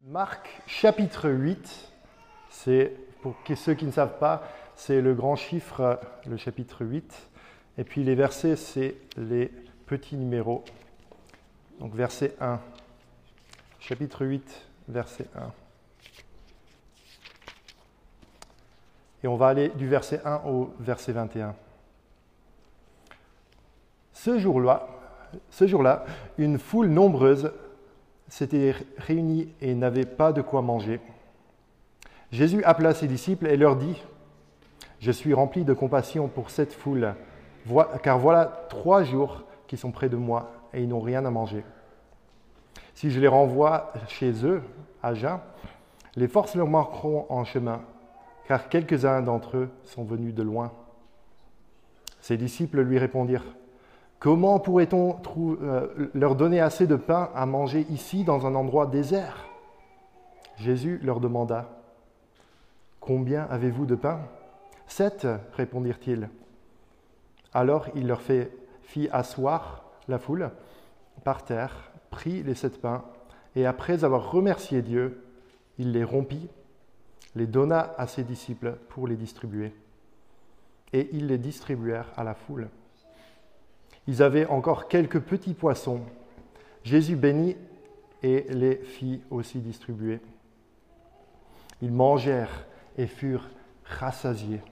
Marc chapitre 8, c'est, pour ceux qui ne savent pas, c'est le grand chiffre, le chapitre 8. Et puis les versets, c'est les petits numéros. Donc verset 1, chapitre 8, verset 1. Et on va aller du verset 1 au verset 21. Ce jour-là, une foule nombreuse s'était réunie et n'avait pas de quoi manger. Jésus appela ses disciples et leur dit : « Je suis rempli de compassion pour cette foule, car voilà 3 jours qu'ils sont près de moi et ils n'ont rien à manger. Si je les renvoie chez eux, à jeun, les forces leur manqueront en chemin, car quelques-uns d'entre eux sont venus de loin. » Ses disciples lui répondirent : « Comment pourrait-on leur donner assez de pain à manger ici, dans un endroit désert ?» Jésus leur demanda : « Combien avez-vous de pain ? » « 7, répondirent-ils. Alors il leur fit asseoir la foule par terre, prit les 7 pains, et après avoir remercié Dieu, il les rompit, les donna à ses disciples pour les distribuer. Et ils les distribuèrent à la foule. Ils avaient encore quelques petits poissons. Jésus bénit et les fit aussi distribuer. Ils mangèrent et furent rassasiés.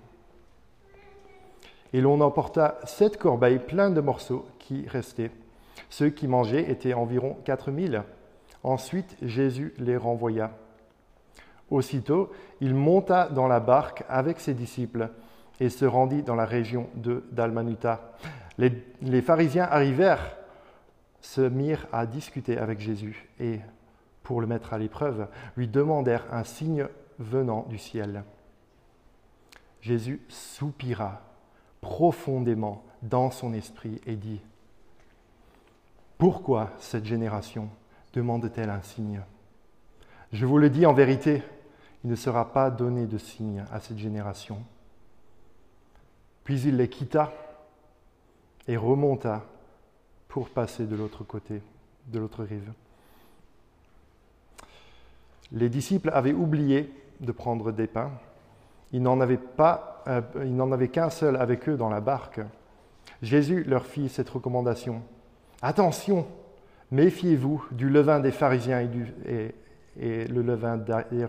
Et l'on emporta 7 corbeilles pleines de morceaux qui restaient. Ceux qui mangeaient étaient environ 4000. Ensuite, Jésus les renvoya. Aussitôt, il monta dans la barque avec ses disciples et se rendit dans la région de Dalmanuta. Les pharisiens arrivèrent, se mirent à discuter avec Jésus et, pour le mettre à l'épreuve, lui demandèrent un signe venant du ciel. Jésus soupira profondément dans son esprit et dit : « Pourquoi cette génération demande-t-elle un signe ? Je vous le dis en vérité, il ne sera pas donné de signe à cette génération. » Puis il les quitta et remonta pour passer de l'autre côté, de l'autre rive. Les disciples avaient oublié de prendre des pains. Ils n'en avaient qu'un seul avec eux dans la barque. Jésus leur fit cette recommandation : « Attention, méfiez-vous du levain des pharisiens et le levain d'Hérode. »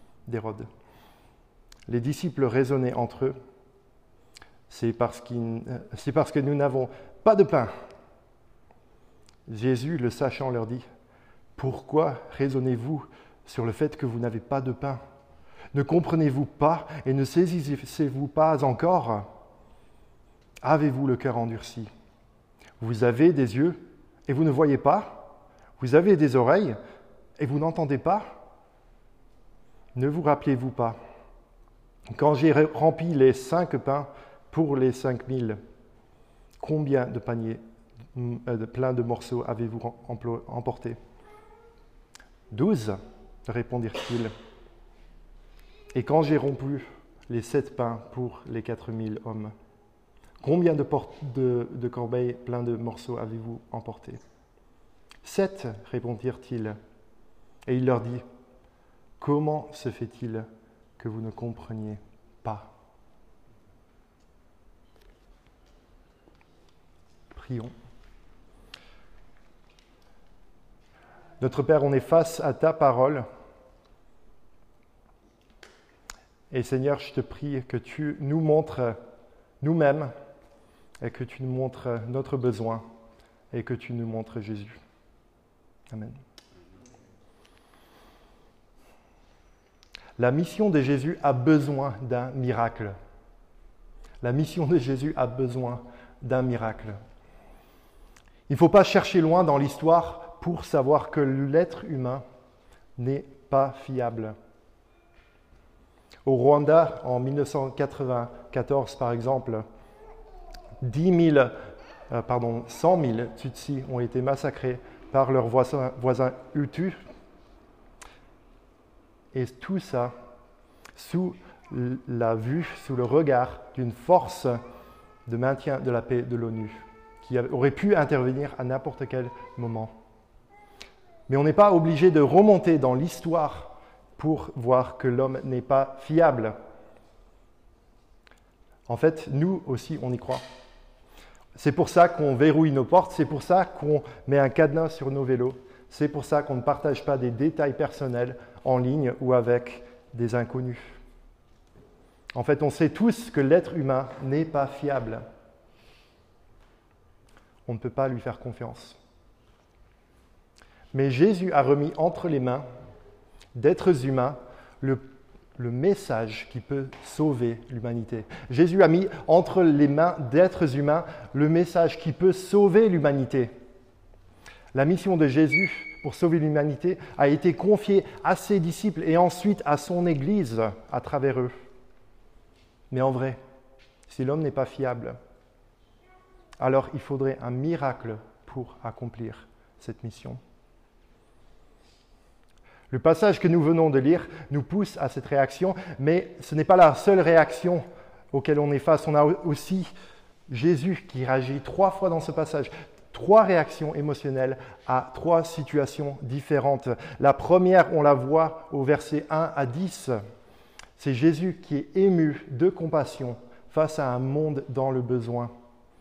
Les disciples raisonnaient entre eux : « C'est parce que nous n'avons pas de pain. » Jésus, le sachant, leur dit : « Pourquoi raisonnez-vous sur le fait que vous n'avez pas de pain ? Ne comprenez-vous pas et ne saisissez-vous pas encore ? Avez-vous le cœur endurci ? Vous avez des yeux et vous ne voyez pas ? Vous avez des oreilles et vous n'entendez pas ? Ne vous rappelez-vous pas, quand j'ai rempli les 5 pains pour les 5000, combien de paniers pleins de morceaux avez-vous emporté ? 12, répondirent-ils. Et quand j'ai rompu les 7 pains pour les 4000 hommes, combien de corbeilles pleins de morceaux avez-vous emporté ? 7, répondirent-ils. Et il leur dit : comment se fait-il que vous ne compreniez pas ? Prions. Notre Père, on est face à ta parole. Et Seigneur, je te prie que tu nous montres nous-mêmes et que tu nous montres notre besoin et que tu nous montres Jésus. Amen. La mission de Jésus a besoin d'un miracle. La mission de Jésus a besoin d'un miracle. Il ne faut pas chercher loin dans l'histoire pour savoir que l'être humain n'est pas fiable. Au Rwanda, en 1994, par exemple, 100 000 Tutsis ont été massacrés par leurs voisins Hutus. Et tout ça sous la vue, sous le regard d'une force de maintien de la paix de l'ONU, qui aurait pu intervenir à n'importe quel moment. Mais on n'est pas obligé de remonter dans l'histoire pour voir que l'homme n'est pas fiable. En fait, nous aussi, on y croit. C'est pour ça qu'on verrouille nos portes, c'est pour ça qu'on met un cadenas sur nos vélos, c'est pour ça qu'on ne partage pas des détails personnels en ligne ou avec des inconnus. En fait, on sait tous que l'être humain n'est pas fiable. On ne peut pas lui faire confiance. Mais Jésus a remis entre les mains d'êtres humains le message qui peut sauver l'humanité. Jésus a mis entre les mains d'êtres humains le message qui peut sauver l'humanité. La mission de Jésus pour sauver l'humanité a été confiée à ses disciples et ensuite à son Église à travers eux. Mais en vrai, si l'homme n'est pas fiable, alors il faudrait un miracle pour accomplir cette mission. Le passage que nous venons de lire nous pousse à cette réaction, mais ce n'est pas la seule réaction auquel on est face. On a aussi Jésus qui réagit 3 fois dans ce passage. 3 réactions émotionnelles à 3 situations différentes. La première, on la voit au verset 1 à 10. C'est Jésus qui est ému de compassion face à un monde dans le besoin.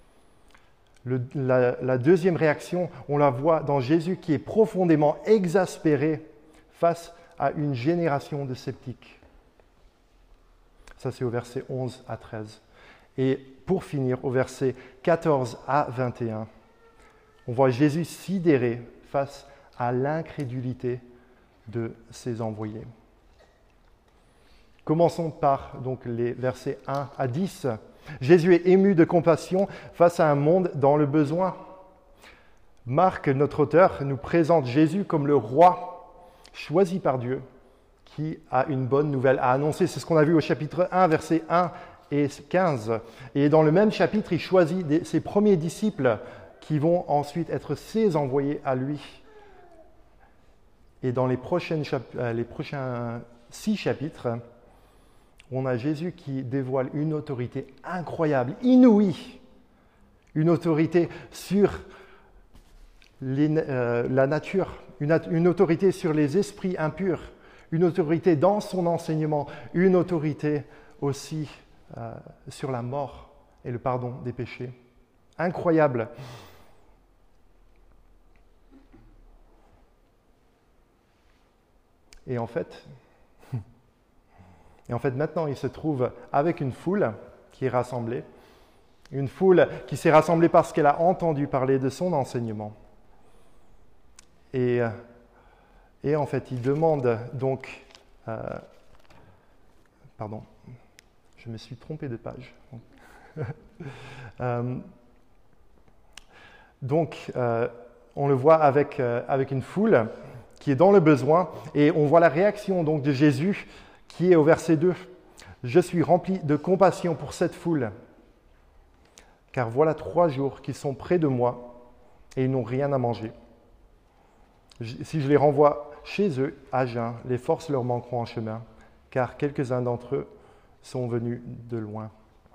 La deuxième réaction, on la voit dans Jésus qui est profondément exaspéré face à une génération de sceptiques. Ça, c'est au verset 11 à 13. Et pour finir, au verset 14 à 21, on voit Jésus sidéré face à l'incrédulité de ses envoyés. Commençons par donc, les versets 1 à 10. Jésus est ému de compassion face à un monde dans le besoin. Marc, notre auteur, nous présente Jésus comme le roi choisi par Dieu qui a une bonne nouvelle à annoncer. C'est ce qu'on a vu au chapitre 1, versets 1 et 15. Et dans le même chapitre, il choisit ses premiers disciples qui vont ensuite être ses envoyés à lui. Et dans les prochains 6 chapitres, on a Jésus qui dévoile une autorité incroyable, inouïe, une autorité sur la nature, une autorité sur les esprits impurs, une autorité dans son enseignement, une autorité aussi sur la mort et le pardon des péchés. Incroyable. Et en fait, maintenant, il se trouve avec une foule qui est rassemblée, une foule qui s'est rassemblée parce qu'elle a entendu parler de son enseignement. Et en fait, il demande donc... pardon, je me suis trompé de page. On le voit avec une foule qui est dans le besoin, et on voit la réaction donc de Jésus qui est au verset 2. « Je suis rempli de compassion pour cette foule, car voilà 3 jours qu'ils sont près de moi et ils n'ont rien à manger. Si je les renvoie chez eux à jeun, les forces leur manqueront en chemin, car quelques-uns d'entre eux sont venus de loin. »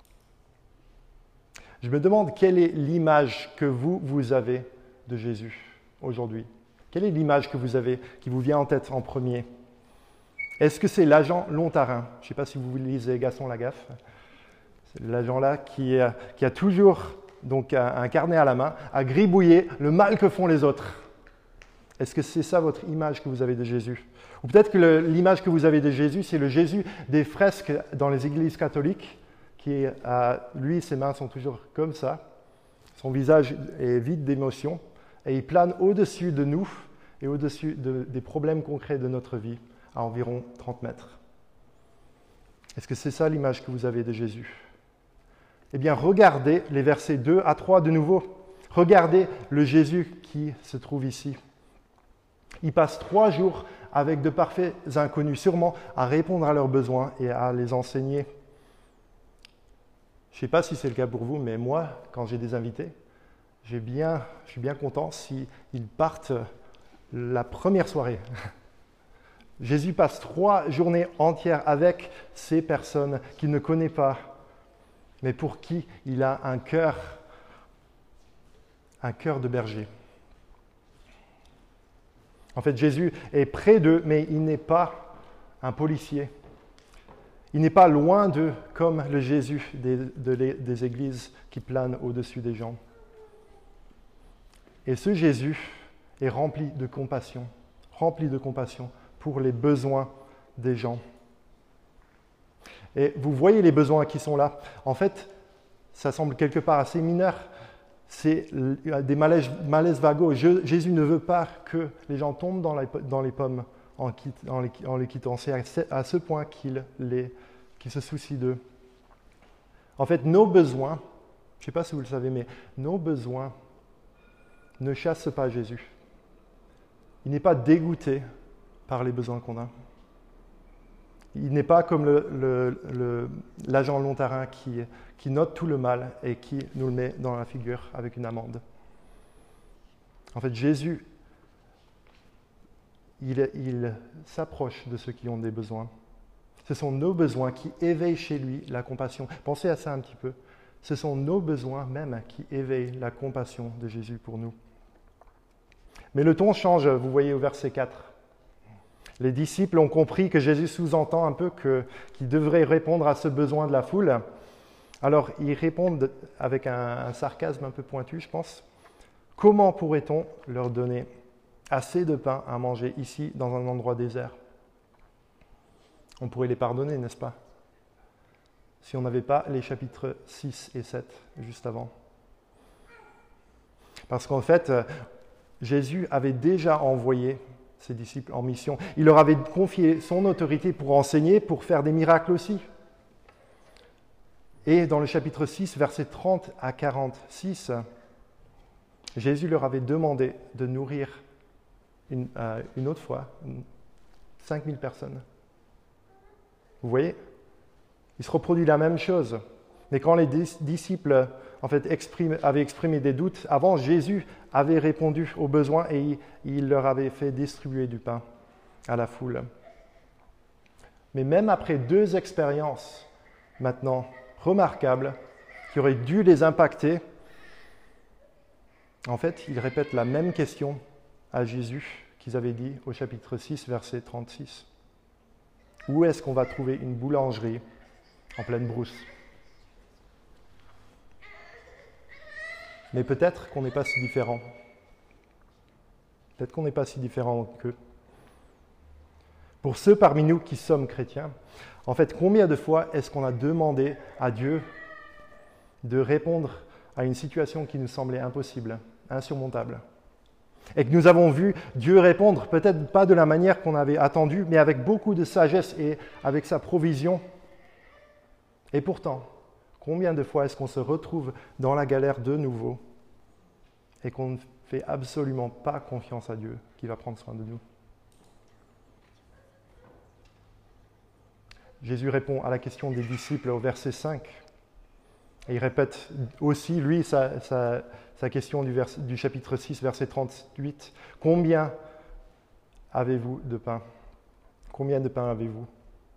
Je me demande quelle est l'image que vous avez de Jésus aujourd'hui. Quelle est l'image que vous avez, qui vous vient en tête en premier? Est-ce que c'est l'agent Lontarin? Je ne sais pas si vous lisez Gaston Lagaffe. C'est l'agent-là qui a toujours donc, un carnet à la main, à gribouiller le mal que font les autres. Est-ce que c'est ça votre image que vous avez de Jésus? Ou peut-être que l'image que vous avez de Jésus, c'est le Jésus des fresques dans les églises catholiques, lui, ses mains sont toujours comme ça, son visage est vide d'émotion, et il plane au-dessus de nous et au-dessus des problèmes concrets de notre vie, à environ 30 mètres. Est-ce que c'est ça l'image que vous avez de Jésus? Eh bien, regardez les versets 2 à 3 de nouveau. Regardez le Jésus qui se trouve ici. Il passe 3 jours avec de parfaits inconnus, sûrement à répondre à leurs besoins et à les enseigner. Je ne sais pas si c'est le cas pour vous, mais moi, quand j'ai des invités, je suis bien content s'ils partent la première soirée. Jésus passe 3 journées entières avec ces personnes qu'il ne connaît pas, mais pour qui il a un cœur de berger. En fait, Jésus est près d'eux, mais il n'est pas un policier. Il n'est pas loin d'eux comme le Jésus des églises qui planent au-dessus des gens. Et ce Jésus est rempli de compassion pour les besoins des gens. Et vous voyez les besoins qui sont là. En fait, ça semble quelque part assez mineur. C'est des malaises vagos. Jésus ne veut pas que les gens tombent dans les pommes en les quittant. C'est à ce point qu'il se soucie d'eux. En fait, nos besoins, je ne sais pas si vous le savez, mais nos besoins ne chassent pas Jésus. Il n'est pas dégoûté par les besoins qu'on a. Il n'est pas comme l'agent long terrain qui note tout le mal et qui nous le met dans la figure avec une amende. En fait, Jésus, il s'approche de ceux qui ont des besoins. Ce sont nos besoins qui éveillent chez lui la compassion. Pensez à ça un petit peu. Ce sont nos besoins même qui éveillent la compassion de Jésus pour nous. Mais le ton change, vous voyez au verset 4. Les disciples ont compris que Jésus sous-entend un peu qu'ils devraient répondre à ce besoin de la foule. Alors, ils répondent avec un sarcasme un peu pointu, je pense. Comment pourrait-on leur donner assez de pain à manger ici, dans un endroit désert? On pourrait les pardonner, n'est-ce pas? Si on n'avait pas les chapitres 6 et 7 juste avant. Parce qu'en fait, Jésus avait déjà envoyé ses disciples en mission. Il leur avait confié son autorité pour enseigner, pour faire des miracles aussi. Et dans le chapitre 6, versets 30 à 46, Jésus leur avait demandé de nourrir une autre fois 5000 personnes. Vous voyez? Il se reproduit la même chose. Mais quand les disciples en fait, avaient exprimé des doutes, avant, Jésus avait répondu aux besoins et il leur avait fait distribuer du pain à la foule. Mais même après 2 expériences maintenant remarquables qui auraient dû les impacter, en fait, ils répètent la même question à Jésus qu'ils avaient dit au chapitre 6, verset 36. Où est-ce qu'on va trouver une boulangerie en pleine brousse? Mais peut-être qu'on n'est pas si différent. Peut-être qu'on n'est pas si différent qu'eux. Pour ceux parmi nous qui sommes chrétiens, en fait, combien de fois est-ce qu'on a demandé à Dieu de répondre à une situation qui nous semblait impossible, insurmontable? Et que nous avons vu Dieu répondre, peut-être pas de la manière qu'on avait attendu, mais avec beaucoup de sagesse et avec sa provision. Et pourtant, combien de fois est-ce qu'on se retrouve dans la galère de nouveau et qu'on ne fait absolument pas confiance à Dieu qui va prendre soin de nous? Jésus répond à la question des disciples au verset 5. Et il répète aussi, lui, sa question du chapitre 6, verset 38. Combien avez-vous de pain? Combien de pain avez-vous?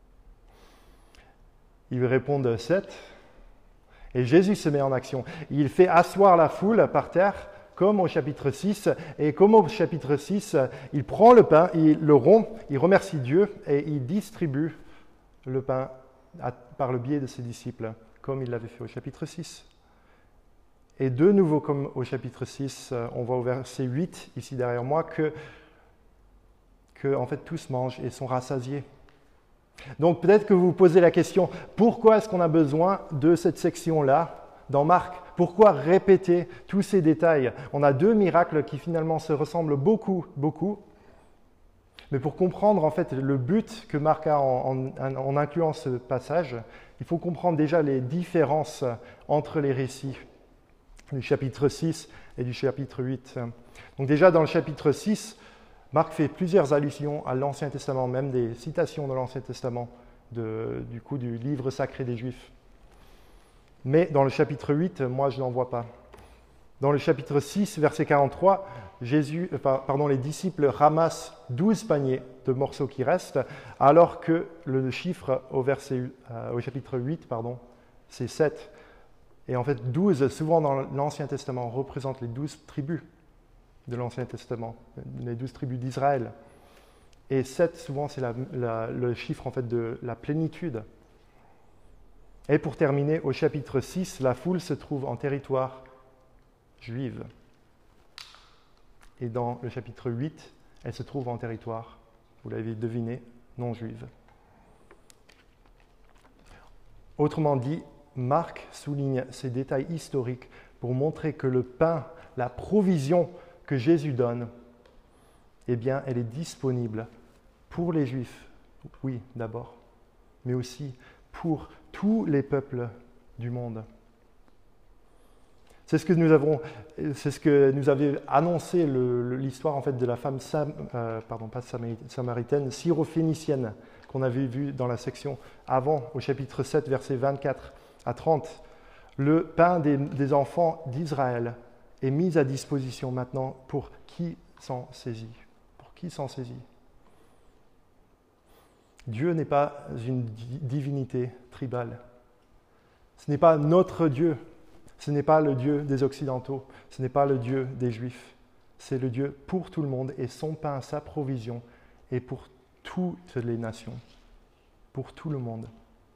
Ils répondent 7. Et Jésus se met en action. Il fait asseoir la foule par terre, comme au chapitre 6. Et comme au chapitre 6, il prend le pain, il le rompt, il remercie Dieu et il distribue le pain par le biais de ses disciples, comme il l'avait fait au chapitre 6. Et de nouveau, comme au chapitre 6, on voit au verset 8, ici derrière moi, que en fait, tous mangent et sont rassasiés. Donc peut-être que vous vous posez la question, pourquoi est-ce qu'on a besoin de cette section-là dans Marc? Pourquoi répéter tous ces détails? On a 2 miracles qui finalement se ressemblent beaucoup. Mais pour comprendre en fait le but que Marc a en incluant ce passage, il faut comprendre déjà les différences entre les récits du chapitre 6 et du chapitre 8. Donc déjà dans le chapitre 6, Marc fait plusieurs allusions à l'Ancien Testament, même des citations de l'Ancien Testament, du livre sacré des Juifs. Mais dans le chapitre 8, moi je n'en vois pas. Dans le chapitre 6, verset 43, les disciples ramassent 12 paniers de morceaux qui restent, alors que le chiffre au chapitre 8, c'est 7. Et en fait, 12, souvent dans l'Ancien Testament, représente les 12 tribus. de l'Ancien Testament, les 12 tribus d'Israël. Et 7, souvent, c'est le chiffre en fait de la plénitude. Et pour terminer, au chapitre 6, la foule se trouve en territoire juive. Et dans le chapitre 8, elle se trouve en territoire, vous l'avez deviné, non juive. Autrement dit, Marc souligne ces détails historiques pour montrer que le pain, la provision que Jésus donne, eh bien, elle est disponible pour les Juifs, oui, d'abord, mais aussi pour tous les peuples du monde. C'est ce que nous avait annoncé l'histoire en fait de la femme samaritaine, syrophénicienne, qu'on avait vu dans la section avant, au chapitre 7, versets 24 à 30. Le pain des enfants d'Israël est mis à disposition maintenant pour qui s'en saisit. Pour qui s'en saisit. Dieu n'est pas une divinité tribale. Ce n'est pas notre Dieu. Ce n'est pas le Dieu des Occidentaux, ce n'est pas le Dieu des Juifs, c'est le Dieu pour tout le monde et son pain, sa provision est pour toutes les nations, pour tout le monde.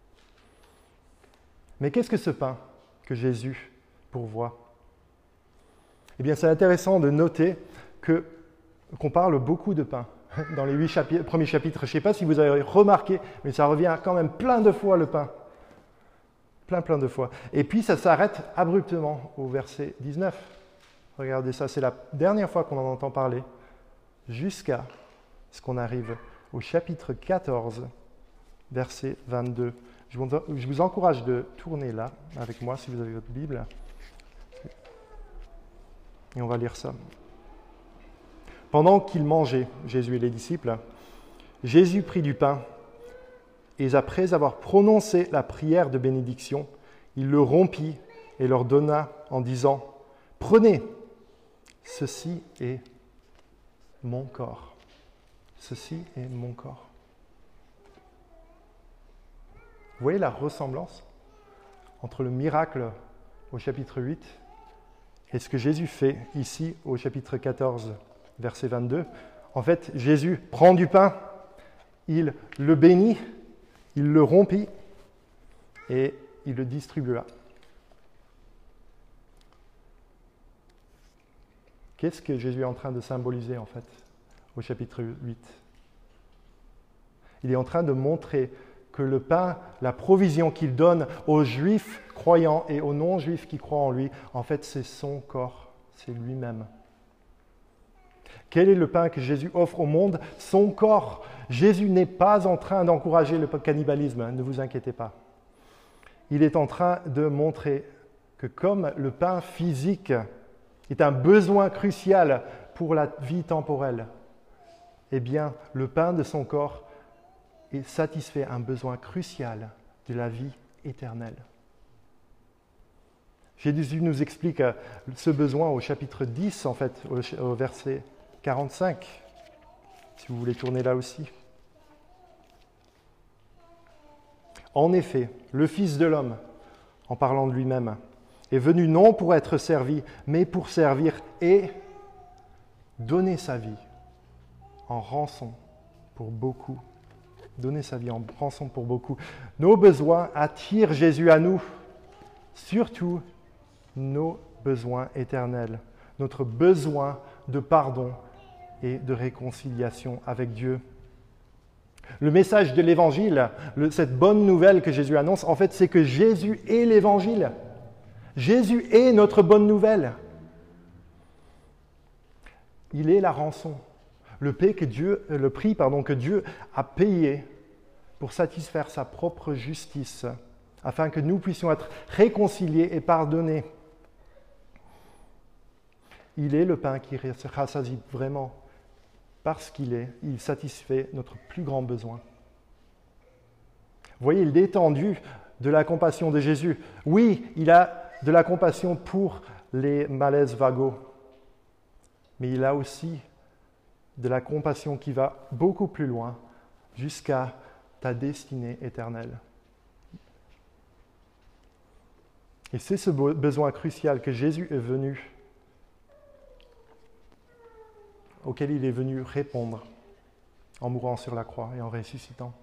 Mais qu'est-ce que ce pain que Jésus pourvoit ? Eh bien, c'est intéressant de noter qu'on parle beaucoup de pain dans les 8 premiers chapitres. Je ne sais pas si vous avez remarqué, mais ça revient quand même plein de fois le pain. Plein de fois. Et puis ça s'arrête abruptement au verset 19. Regardez ça, c'est la dernière fois qu'on en entend parler, jusqu'à ce qu'on arrive au chapitre 14, verset 22. Je vous encourage de tourner là avec moi si vous avez votre Bible. Et on va lire ça. Pendant qu'ils mangeaient, Jésus et les disciples, Jésus prit du pain, et après avoir prononcé la prière de bénédiction, il le rompit et leur donna en disant « Prenez, ceci est mon corps. Ceci est mon corps. » Vous voyez la ressemblance entre le miracle au chapitre 8 et ce que Jésus fait ici au chapitre 14, verset 22. En fait, Jésus prend du pain, il le bénit, il le rompit et il le distribua. Qu'est-ce que Jésus est en train de symboliser en fait au chapitre 8 ? Il est en train de montrer que le pain, la provision qu'il donne aux Juifs croyants et aux non-Juifs qui croient en lui, en fait c'est son corps, c'est lui-même. Quel est le pain que Jésus offre au monde ? Son corps. Jésus n'est pas en train d'encourager le cannibalisme, ne vous inquiétez pas. Il est en train de montrer que comme le pain physique est un besoin crucial pour la vie temporelle, eh bien, le pain de son corps satisfait un besoin crucial de la vie éternelle. Jésus nous explique ce besoin au chapitre 10, en fait, au verset 45, si vous voulez tourner là aussi. En effet, le Fils de l'homme, en parlant de lui-même, est venu non pour être servi, mais pour servir et donner sa vie en rançon pour beaucoup. Donner sa vie en rançon pour beaucoup. Nos besoins attirent Jésus à nous, surtout nos besoins éternels, notre besoin de pardon et de réconciliation avec Dieu. Le message de l'Évangile, cette bonne nouvelle que Jésus annonce, en fait, c'est que Jésus est l'Évangile. Jésus est notre bonne nouvelle. Il est la rançon, le prix que Dieu a payé pour satisfaire sa propre justice, afin que nous puissions être réconciliés et pardonnés. Il est le pain qui rassasie vraiment, parce il satisfait notre plus grand besoin. Vous voyez l'étendue de la compassion de Jésus. Oui, il a de la compassion pour les malaises vagos, mais il a aussi de la compassion qui va beaucoup plus loin, jusqu'à ta destinée éternelle. Et c'est ce besoin crucial que Jésus est venu auquel il est venu répondre en mourant sur la croix et en ressuscitant.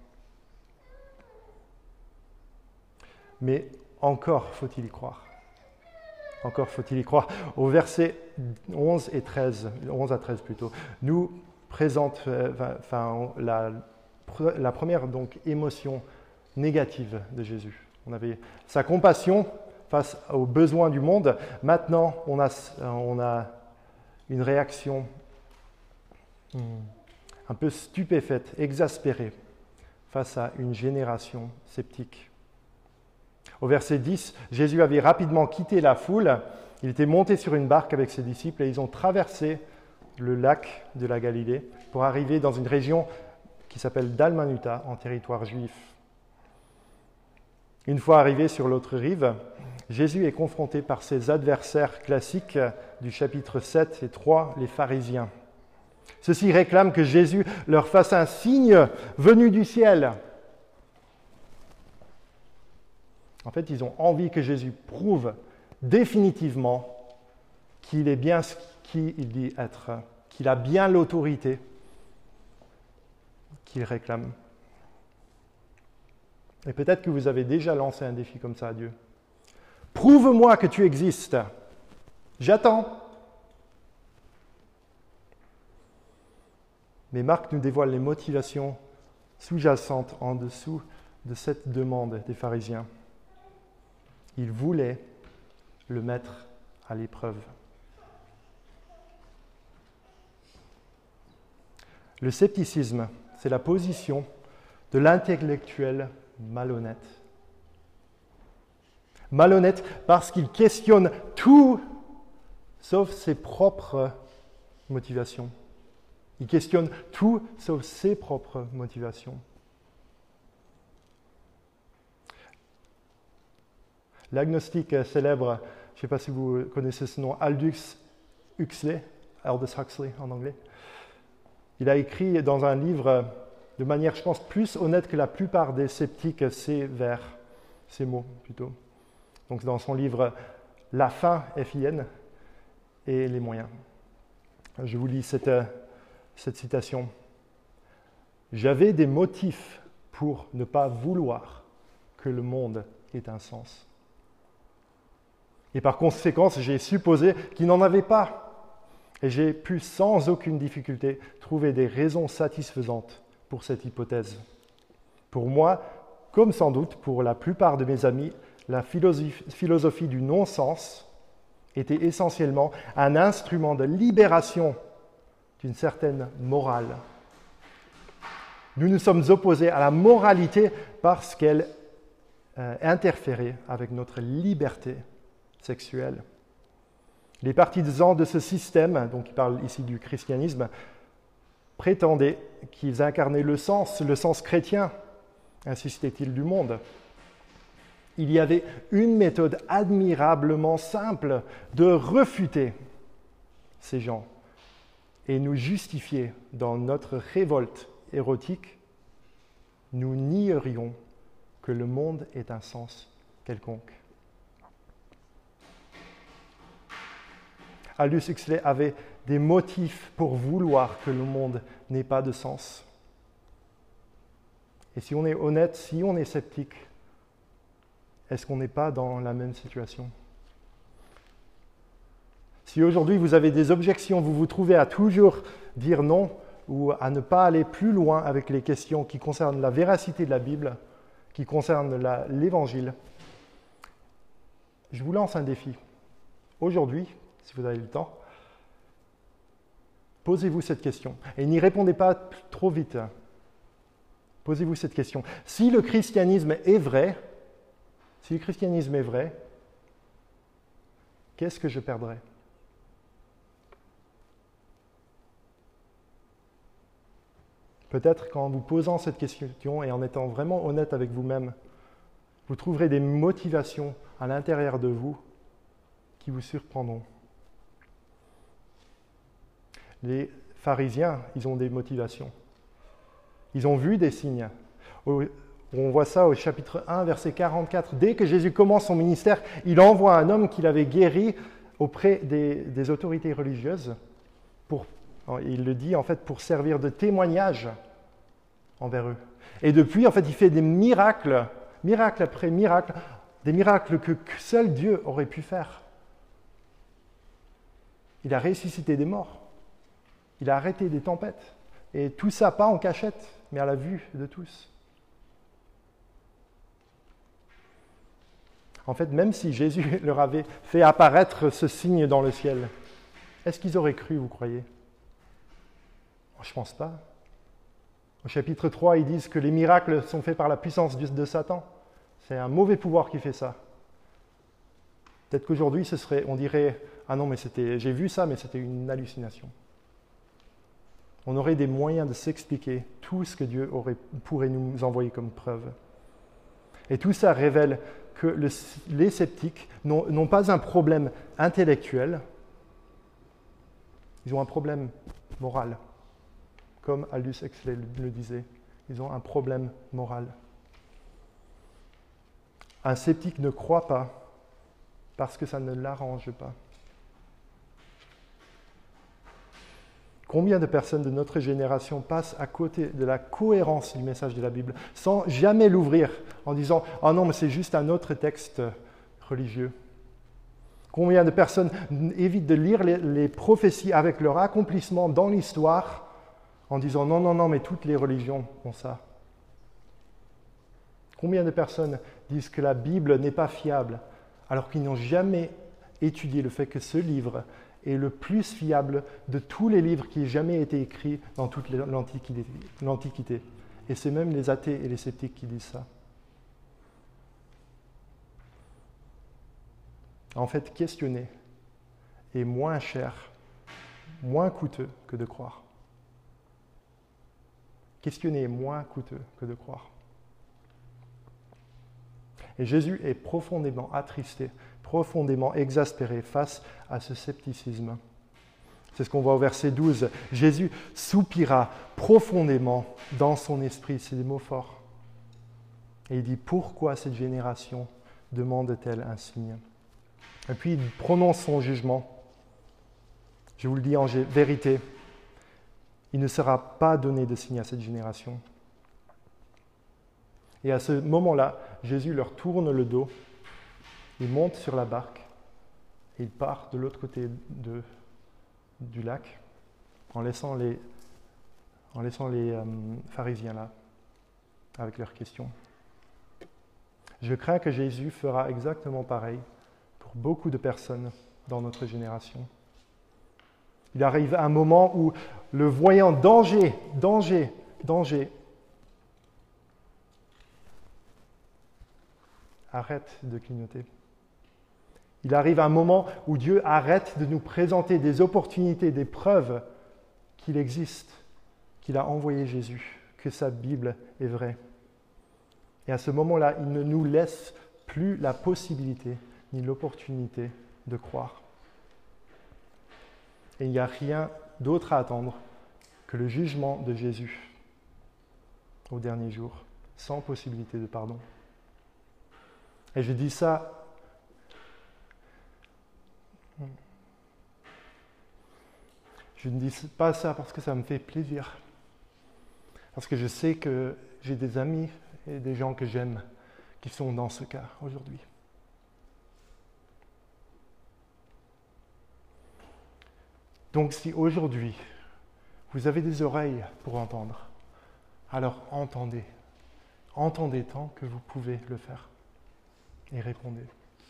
Mais encore faut-il y croire. Encore faut-il y croire. Au verset 11 et 13, 11 à 13 plutôt, nous présente la première donc, émotion négative de Jésus. On avait sa compassion face aux besoins du monde. Maintenant, on a une réaction un peu stupéfaite, exaspérée face à une génération sceptique. Au verset 10, Jésus avait rapidement quitté la foule. Il était monté sur une barque avec ses disciples et ils ont traversé le lac de la Galilée pour arriver dans une région qui s'appelle Dalmanuta, en territoire juif. Une fois arrivé sur l'autre rive, Jésus est confronté par ses adversaires classiques du chapitre 7 et 3, les pharisiens. Ceux-ci réclament que Jésus leur fasse un signe venu du ciel. En fait, ils ont envie que Jésus prouve définitivement qu'il est bien ce qu'il dit être, qu'il a bien l'autorité qu'il réclame. Et peut-être que vous avez déjà lancé un défi comme ça à Dieu. Prouve-moi que tu existes. J'attends. Mais Marc nous dévoile les motivations sous-jacentes en dessous de cette demande des pharisiens. Ils voulaient le mettre à l'épreuve. Le scepticisme, c'est la position de l'intellectuel malhonnête. Malhonnête parce qu'il questionne tout sauf ses propres motivations. Il questionne tout sauf ses propres motivations. L'agnostique célèbre, je ne sais pas si vous connaissez ce nom, Aldous Huxley en anglais. Il a écrit dans un livre de manière, je pense, plus honnête que la plupart des sceptiques, ces vers, ces mots plutôt. Donc dans son livre « La fin, F-I-N, et les moyens ». Je vous lis cette citation. « J'avais des motifs pour ne pas vouloir que le monde ait un sens. Et par conséquent, j'ai supposé qu'il n'en avait pas. Et j'ai pu sans aucune difficulté trouver des raisons satisfaisantes pour cette hypothèse. Pour moi, comme sans doute pour la plupart de mes amis, la philosophie du non-sens était essentiellement un instrument de libération d'une certaine morale. Nous nous sommes opposés à la moralité parce qu'elle interférait avec notre liberté sexuelle. Les partisans de ce système, donc il parle ici du christianisme, prétendaient qu'ils incarnaient le sens chrétien, insistait-il, du monde. Il y avait une méthode admirablement simple de refuter ces gens et nous justifier dans notre révolte érotique. Nous nierions que le monde ait un sens quelconque. Aldous Huxley avait des motifs pour vouloir que le monde n'ait pas de sens. Et si on est honnête, si on est sceptique, est-ce qu'on n'est pas dans la même situation? Si aujourd'hui vous avez des objections, vous vous trouvez à toujours dire non ou à ne pas aller plus loin avec les questions qui concernent la véracité de la Bible, qui concernent l'Évangile, je vous lance un défi. Aujourd'hui, si vous avez le temps, posez-vous cette question. Et n'y répondez pas trop vite. Posez-vous cette question. Si le christianisme est vrai, qu'est-ce que je perdrais? Peut-être qu'en vous posant cette question et en étant vraiment honnête avec vous-même, vous trouverez des motivations à l'intérieur de vous qui vous surprendront. Les pharisiens, ils ont des motivations. Ils ont vu des signes. On voit ça au chapitre 1, verset 44. Dès que Jésus commence son ministère, il envoie un homme qu'il avait guéri auprès des autorités religieuses pour Il le dit en fait pour servir de témoignage envers eux. Et depuis, en fait, il fait des miracles, miracle après miracle, des miracles que seul Dieu aurait pu faire. Il a ressuscité des morts. Il a arrêté des tempêtes. Et tout ça, pas en cachette, mais à la vue de tous. En fait, même si Jésus leur avait fait apparaître ce signe dans le ciel, est-ce qu'ils auraient cru, vous croyez? Je ne pense pas. Au chapitre 3, ils disent que les miracles sont faits par la puissance de Satan. C'est un mauvais pouvoir qui fait ça. Peut-être qu'aujourd'hui, on dirait « Ah non, mais j'ai vu ça, mais c'était une hallucination ». On aurait des moyens de s'expliquer tout ce que Dieu pourrait nous envoyer comme preuve. Et tout ça révèle que les sceptiques n'ont pas un problème intellectuel, ils ont un problème moral. Comme Aldous Huxley le disait, ils ont un problème moral. Un sceptique ne croit pas parce que ça ne l'arrange pas. Combien de personnes de notre génération passent à côté de la cohérence du message de la Bible sans jamais l'ouvrir en disant « Ah non, mais c'est juste un autre texte religieux ». Combien de personnes évitent de lire les prophéties avec leur accomplissement dans l'histoire en disant « Non, non, non, mais toutes les religions ont ça ». Combien de personnes disent que la Bible n'est pas fiable alors qu'ils n'ont jamais étudié le fait que ce livre est le plus fiable de tous les livres qui aient jamais été écrits dans toute l'Antiquité. Et c'est même les athées et les sceptiques qui disent ça. En fait, questionner est moins cher, moins coûteux que de croire. Questionner est moins coûteux que de croire. Et Jésus est profondément attristé, profondément exaspéré face à ce scepticisme. C'est ce qu'on voit au verset 12. Jésus soupira profondément dans son esprit. C'est des mots forts. Et il dit, pourquoi cette génération demande-t-elle un signe? Et puis il prononce son jugement. Je vous le dis en vérité, il ne sera pas donné de signe à cette génération. Et à ce moment-là, Jésus leur tourne le dos, il monte sur la barque et il part de l'autre côté du lac en laissant les pharisiens là avec leurs questions. Je crains que Jésus fera exactement pareil pour beaucoup de personnes dans notre génération. Il arrive un moment où le voyant danger, arrête de clignoter. Il arrive un moment où Dieu arrête de nous présenter des opportunités, des preuves qu'il existe, qu'il a envoyé Jésus, que sa Bible est vraie. Et à ce moment-là, il ne nous laisse plus la possibilité ni l'opportunité de croire. Et il n'y a rien d'autre à attendre que le jugement de Jésus au dernier jour, sans possibilité de pardon. Et je dis ça je ne dis pas ça parce que ça me fait plaisir, parce que je sais que j'ai des amis et des gens que j'aime qui sont dans ce cas aujourd'hui. Donc si aujourd'hui vous avez des oreilles pour entendre, alors entendez. Entendez tant que vous pouvez le faire et répondez.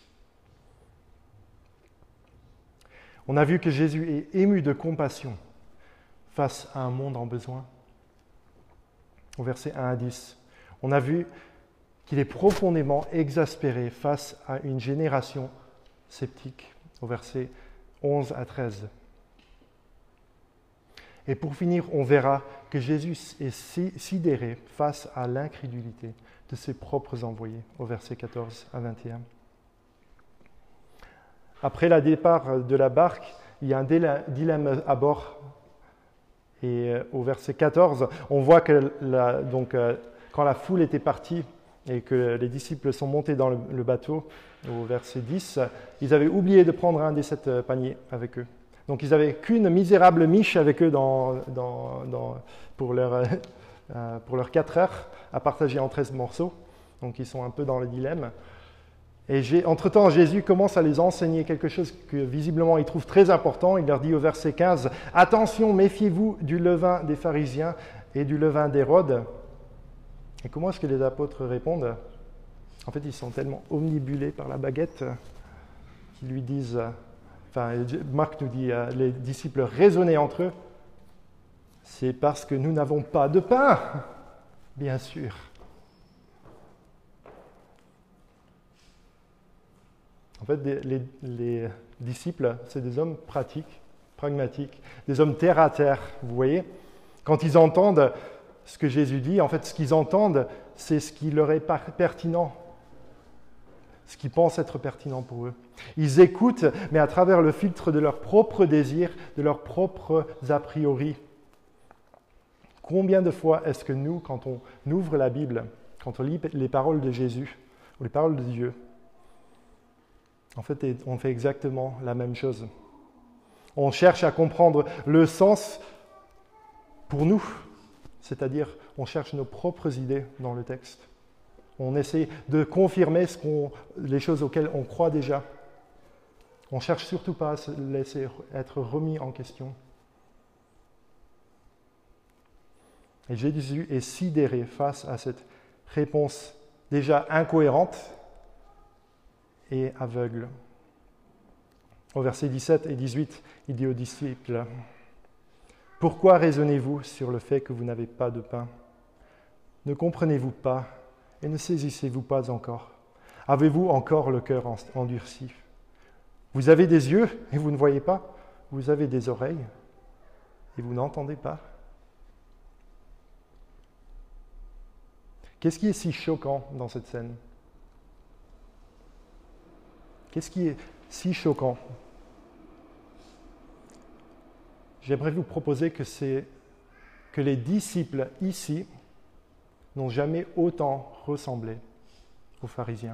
On a vu que Jésus est ému de compassion face à un monde en besoin. Au verset 1 à 10, on a vu qu'il est profondément exaspéré face à une génération sceptique. Au verset 11 à 13. Et pour finir, on verra que Jésus est sidéré face à l'incrédulité de ses propres envoyés, au verset 14 à 21. Après le départ de la barque, il y a un dilemme à bord. Et au verset 14, on voit que quand la foule était partie et que les disciples sont montés dans le bateau, au verset 10, ils avaient oublié de prendre un des 7 paniers avec eux. Donc ils n'avaient qu'une misérable miche avec eux pour leurs 4 heures à partager en 13 morceaux. Donc ils sont un peu dans le dilemme. Et entre-temps, Jésus commence à les enseigner quelque chose que visiblement ils trouvent très important. Il leur dit au verset 15, « Attention, méfiez-vous du levain des pharisiens et du levain d'Hérode. » Et comment est-ce que les apôtres répondent? En fait, ils sont tellement omnibulés par la baguette qu'ils lui disent, Marc nous dit, les disciples raisonnaient entre eux, c'est parce que nous n'avons pas de pain, bien sûr. En fait, les disciples, c'est des hommes pratiques, pragmatiques, des hommes terre à terre, vous voyez. Quand ils entendent ce que Jésus dit, en fait, ce qu'ils entendent, c'est ce qui leur est pertinent, ce qu'ils pensent être pertinent pour eux. Ils écoutent, mais à travers le filtre de leurs propres désirs, de leurs propres a priori. Combien de fois est-ce que nous, quand on ouvre la Bible, quand on lit les paroles de Jésus, ou les paroles de Dieu, en fait, on fait exactement la même chose. On cherche à comprendre le sens pour nous, c'est-à-dire on cherche nos propres idées dans le texte. On essaie de confirmer les choses auxquelles on croit déjà. On ne cherche surtout pas à se laisser être remis en question. Et Jésus est sidéré face à cette réponse déjà incohérente et aveugle. Au verset 17 et 18, il dit aux disciples, « Pourquoi raisonnez-vous sur le fait que vous n'avez pas de pain? Ne comprenez-vous pas et ne saisissez-vous pas encore? Avez-vous encore le cœur endurci? Vous avez des yeux et vous ne voyez pas? Vous avez des oreilles et vous n'entendez pas? » Qu'est-ce qui est si choquant dans cette scène? Qu'est-ce qui est si choquant? J'aimerais vous proposer que les disciples ici n'ont jamais autant ressemblé aux pharisiens.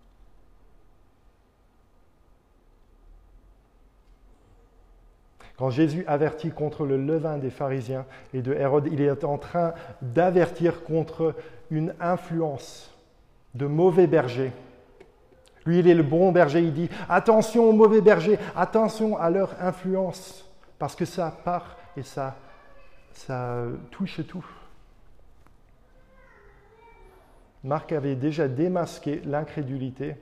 Quand Jésus avertit contre le levain des pharisiens et de Hérode, il est en train d'avertir contre une influence de mauvais bergers. Lui, il est le bon berger, il dit « Attention aux mauvais bergers, attention à leur influence, parce que ça part et ça touche tout. » Marc avait déjà démasqué l'incrédulité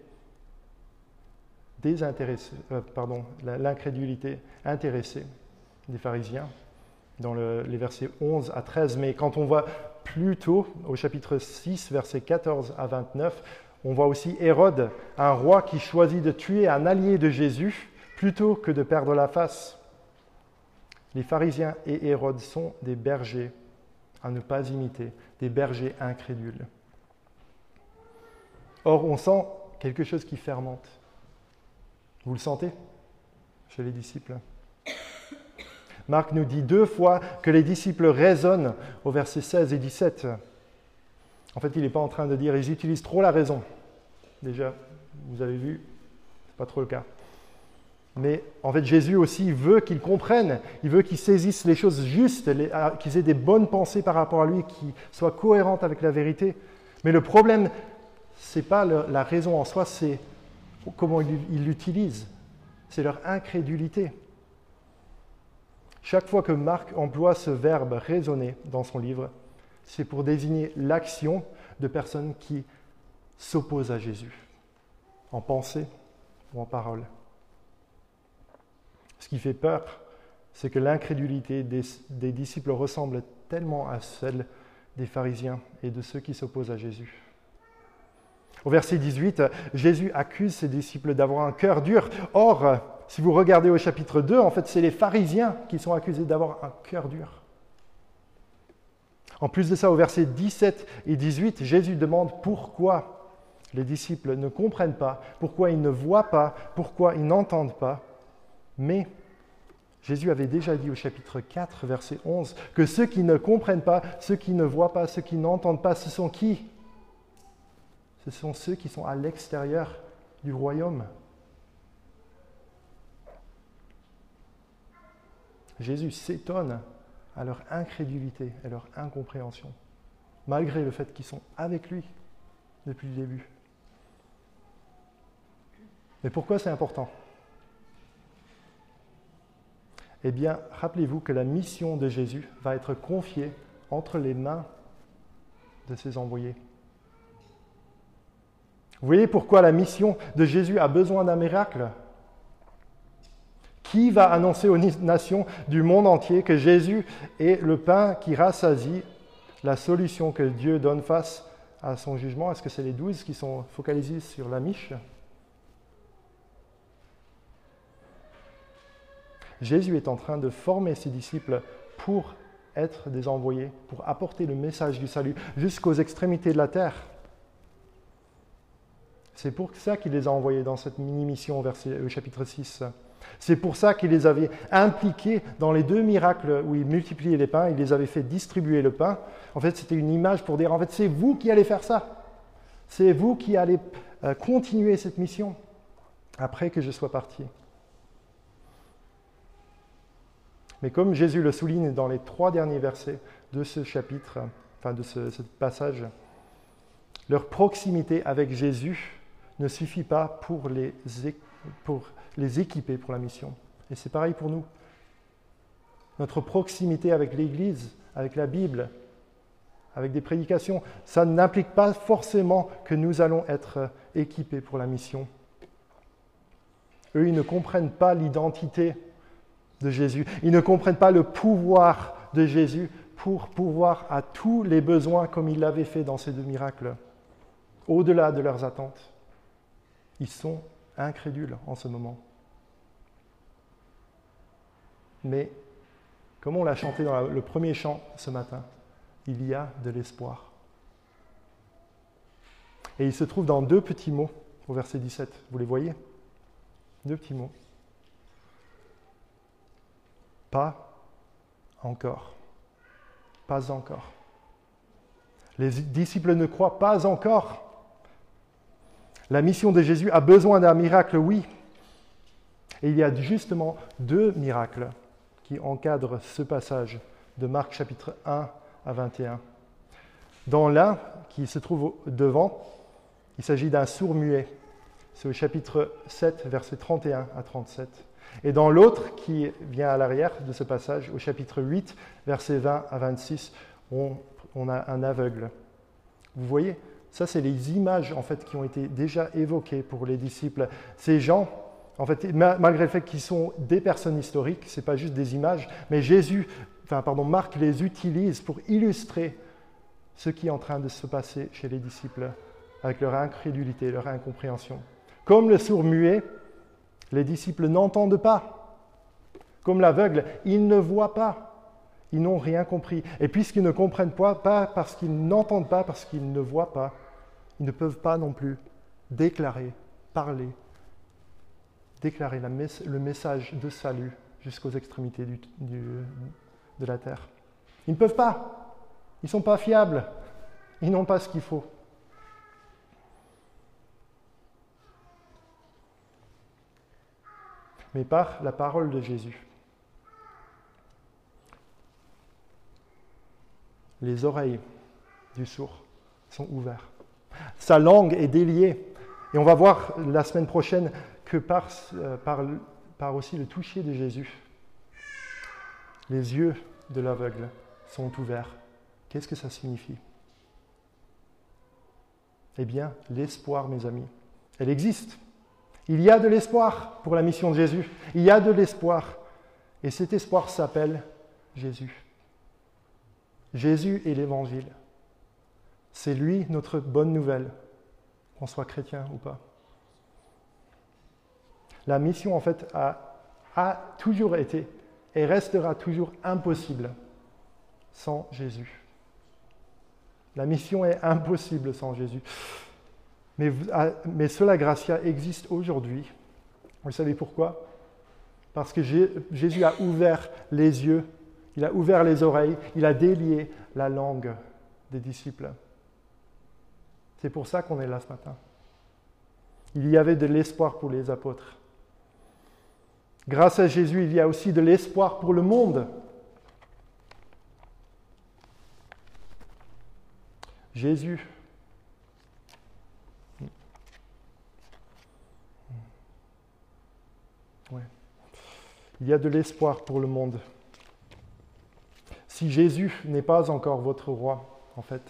l'incrédulité intéressée des pharisiens dans les versets 11 à 13. Mais quand on voit plus tôt, au chapitre 6, versets 14 à 29, on voit aussi Hérode, un roi qui choisit de tuer un allié de Jésus plutôt que de perdre la face. Les pharisiens et Hérode sont des bergers à ne pas imiter, des bergers incrédules. Or, on sent quelque chose qui fermente. Vous le sentez chez les disciples? Marc nous dit 2 fois que les disciples raisonnent au verset 16 et 17. En fait, il n'est pas en train de dire ils utilisent trop la raison. Déjà, vous avez vu, ce n'est pas trop le cas. Mais en fait, Jésus aussi veut qu'ils comprennent, il veut qu'ils saisissent les choses justes, qu'ils aient des bonnes pensées par rapport à lui, qui soient cohérentes avec la vérité. Mais le problème, ce n'est pas la raison en soi, c'est comment ils l'utilisent. C'est leur incrédulité. Chaque fois que Marc emploie ce verbe « raisonner » dans son livre, c'est pour désigner l'action de personnes qui s'opposent à Jésus, en pensée ou en parole. Ce qui fait peur, c'est que l'incrédulité des disciples ressemble tellement à celle des pharisiens et de ceux qui s'opposent à Jésus. Au verset 18, Jésus accuse ses disciples d'avoir un cœur dur. Or, si vous regardez au chapitre 2, en fait, c'est les pharisiens qui sont accusés d'avoir un cœur dur. En plus de ça, au verset 17 et 18, Jésus demande pourquoi les disciples ne comprennent pas, pourquoi ils ne voient pas, pourquoi ils n'entendent pas. Mais Jésus avait déjà dit au chapitre 4, verset 11, que ceux qui ne comprennent pas, ceux qui ne voient pas, ceux qui n'entendent pas, ce sont qui? Ce sont ceux qui sont à l'extérieur du royaume. Jésus s'étonne à leur incrédulité et leur incompréhension, malgré le fait qu'ils sont avec lui depuis le début. Mais pourquoi c'est important ? Eh bien, rappelez-vous que la mission de Jésus va être confiée entre les mains de ses envoyés. Vous voyez pourquoi la mission de Jésus a besoin d'un miracle ? Qui va annoncer aux nations du monde entier que Jésus est le pain qui rassasie, la solution que Dieu donne face à son jugement? Est-ce que c'est les 12 qui sont focalisés sur la miche? Jésus est en train de former ses disciples pour être des envoyés, pour apporter le message du salut jusqu'aux extrémités de la terre. C'est pour ça qu'il les a envoyés dans cette mini-mission au chapitre 6. C'est pour ça qu'il les avait impliqués dans les 2 miracles où il multipliait les pains, il les avait fait distribuer le pain. En fait, c'était une image pour dire, en fait, c'est vous qui allez faire ça. C'est vous qui allez continuer cette mission après que je sois parti. Mais comme Jésus le souligne dans les 3 derniers versets de ce chapitre, enfin de ce passage, leur proximité avec Jésus ne suffit pas pour les équiper pour la mission. Et c'est pareil pour nous. Notre proximité avec l'Église, avec la Bible, avec des prédications, ça n'implique pas forcément que nous allons être équipés pour la mission. Eux, ils ne comprennent pas l'identité de Jésus. Ils ne comprennent pas le pouvoir de Jésus pour pourvoir à tous les besoins comme il l'avait fait dans ces 2 miracles, au-delà de leurs attentes. Ils sont incrédules en ce moment. Mais, comme on l'a chanté dans le premier chant ce matin, il y a de l'espoir. Et il se trouve dans 2 petits mots au verset 17. Vous les voyez ? 2 petits mots. Pas encore. Pas encore. Les disciples ne croient pas encore. La mission de Jésus a besoin d'un miracle, oui. Et il y a justement 2 miracles qui encadrent ce passage de Marc chapitre 1 à 21. Dans l'un qui se trouve devant, il s'agit d'un sourd muet. C'est au chapitre 7, versets 31 à 37. Et dans l'autre qui vient à l'arrière de ce passage, au chapitre 8, versets 20 à 26, on a un aveugle. Vous voyez, ça c'est les images en fait qui ont été déjà évoquées pour les disciples. Ces gens, en fait, malgré le fait qu'ils sont des personnes historiques, ce n'est pas juste des images, mais Marc les utilise pour illustrer ce qui est en train de se passer chez les disciples avec leur incrédulité, leur incompréhension. Comme le sourd muet, les disciples n'entendent pas. Comme l'aveugle, ils ne voient pas. Ils n'ont rien compris. Et puisqu'ils ne comprennent pas parce qu'ils n'entendent pas, parce qu'ils ne voient pas, ils ne peuvent pas non plus déclarer le message de salut jusqu'aux extrémités de la terre. Ils ne peuvent pas. Ils ne sont pas fiables. Ils n'ont pas ce qu'il faut. Mais par la parole de Jésus, les oreilles du sourd sont ouvertes. Sa langue est déliée. Et on va voir la semaine prochaine que par aussi le toucher de Jésus, les yeux de l'aveugle sont ouverts. Qu'est-ce que ça signifie ? Eh bien, l'espoir, mes amis, elle existe. Il y a de l'espoir pour la mission de Jésus. Il y a de l'espoir. Et cet espoir s'appelle Jésus. Jésus est l'Évangile. C'est lui notre bonne nouvelle, qu'on soit chrétien ou pas. La mission, en fait, a toujours été et restera toujours impossible sans Jésus. La mission est impossible sans Jésus. Mais Sola Gratia existe aujourd'hui. Vous savez pourquoi ? Parce que Jésus a ouvert les yeux, il a ouvert les oreilles, il a délié la langue des disciples. C'est pour ça qu'on est là ce matin. Il y avait de l'espoir pour les apôtres. Grâce à Jésus, il y a aussi de l'espoir pour le monde. Jésus. Ouais. Il y a de l'espoir pour le monde. Si Jésus n'est pas encore votre roi, en fait,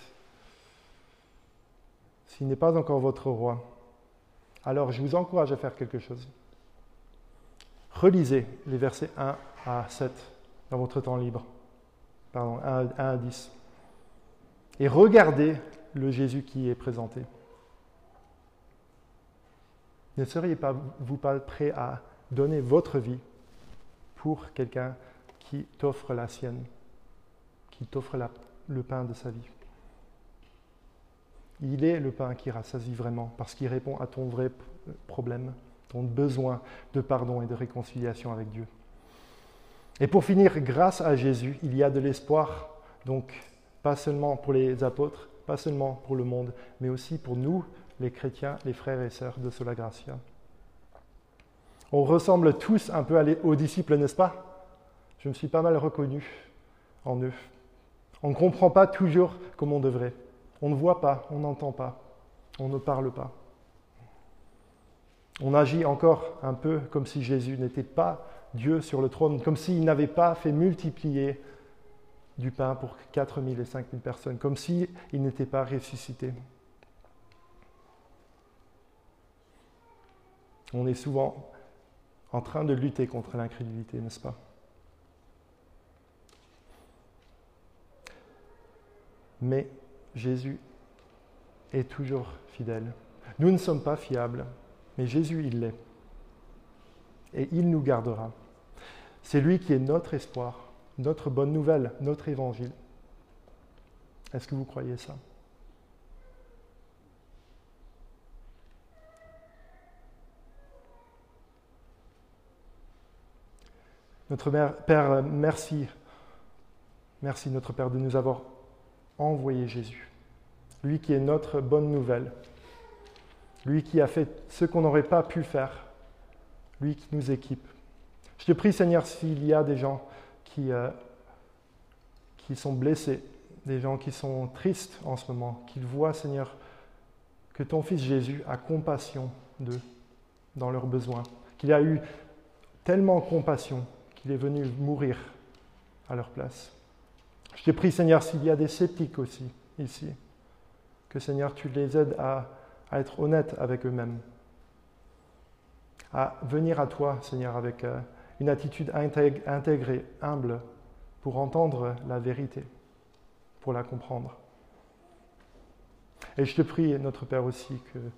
s'il n'est pas encore votre roi, alors je vous encourage à faire quelque chose. Relisez les versets 1 à 7 dans votre temps libre. Pardon, 1 à 10. Et regardez le Jésus qui est présenté. Ne seriez-vous pas prêt à donner votre vie pour quelqu'un qui t'offre la sienne, qui t'offre le pain de sa vie? Il est le pain qui rassasie vraiment, parce qu'il répond à ton vrai problème, ton besoin de pardon et de réconciliation avec Dieu. Et pour finir, grâce à Jésus, il y a de l'espoir, donc pas seulement pour les apôtres, pas seulement pour le monde, mais aussi pour nous, les chrétiens, les frères et sœurs de Sola Gratia. On ressemble tous un peu aux disciples, n'est-ce pas? Je me suis pas mal reconnu en eux. On ne comprend pas toujours comme on devrait. On ne voit pas, on n'entend pas, on ne parle pas. On agit encore un peu comme si Jésus n'était pas Dieu sur le trône, comme s'il n'avait pas fait multiplier du pain pour 4000 et 5000 personnes, comme s'il n'était pas ressuscité. On est souvent en train de lutter contre l'incrédulité, n'est-ce pas? Mais Jésus est toujours fidèle. Nous ne sommes pas fiables, mais Jésus, il l'est. Et il nous gardera. C'est lui qui est notre espoir, notre bonne nouvelle, notre évangile. Est-ce que vous croyez ça? Notre Père, merci. Merci, notre Père, de nous avoir envoyé Jésus. Lui qui est notre bonne nouvelle. Lui qui a fait ce qu'on n'aurait pas pu faire. Lui qui nous équipe. Je te prie, Seigneur, s'il y a des gens qui sont blessés, des gens qui sont tristes en ce moment, qu'ils voient, Seigneur, que ton Fils Jésus a compassion d'eux dans leurs besoins, qu'il a eu tellement compassion qu'il est venu mourir à leur place. Je te prie, Seigneur, s'il y a des sceptiques aussi ici, que, Seigneur, tu les aides à être honnêtes avec eux-mêmes, à venir à toi, Seigneur, avec une attitude intégrée, humble, pour entendre la vérité, pour la comprendre. Et je te prie, notre Père, aussi,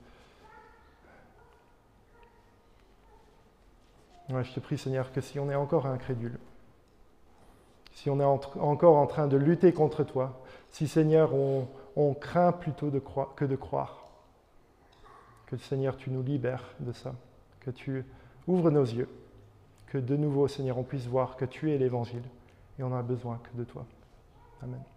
je te prie, Seigneur, que si on est encore incrédule, si on est encore en train de lutter contre toi, si, Seigneur, on craint plutôt que de croire, que, Seigneur, tu nous libères de ça, que tu ouvres nos yeux, que de nouveau, Seigneur, on puisse voir que tu es l'Évangile et on n'a besoin que de toi. Amen.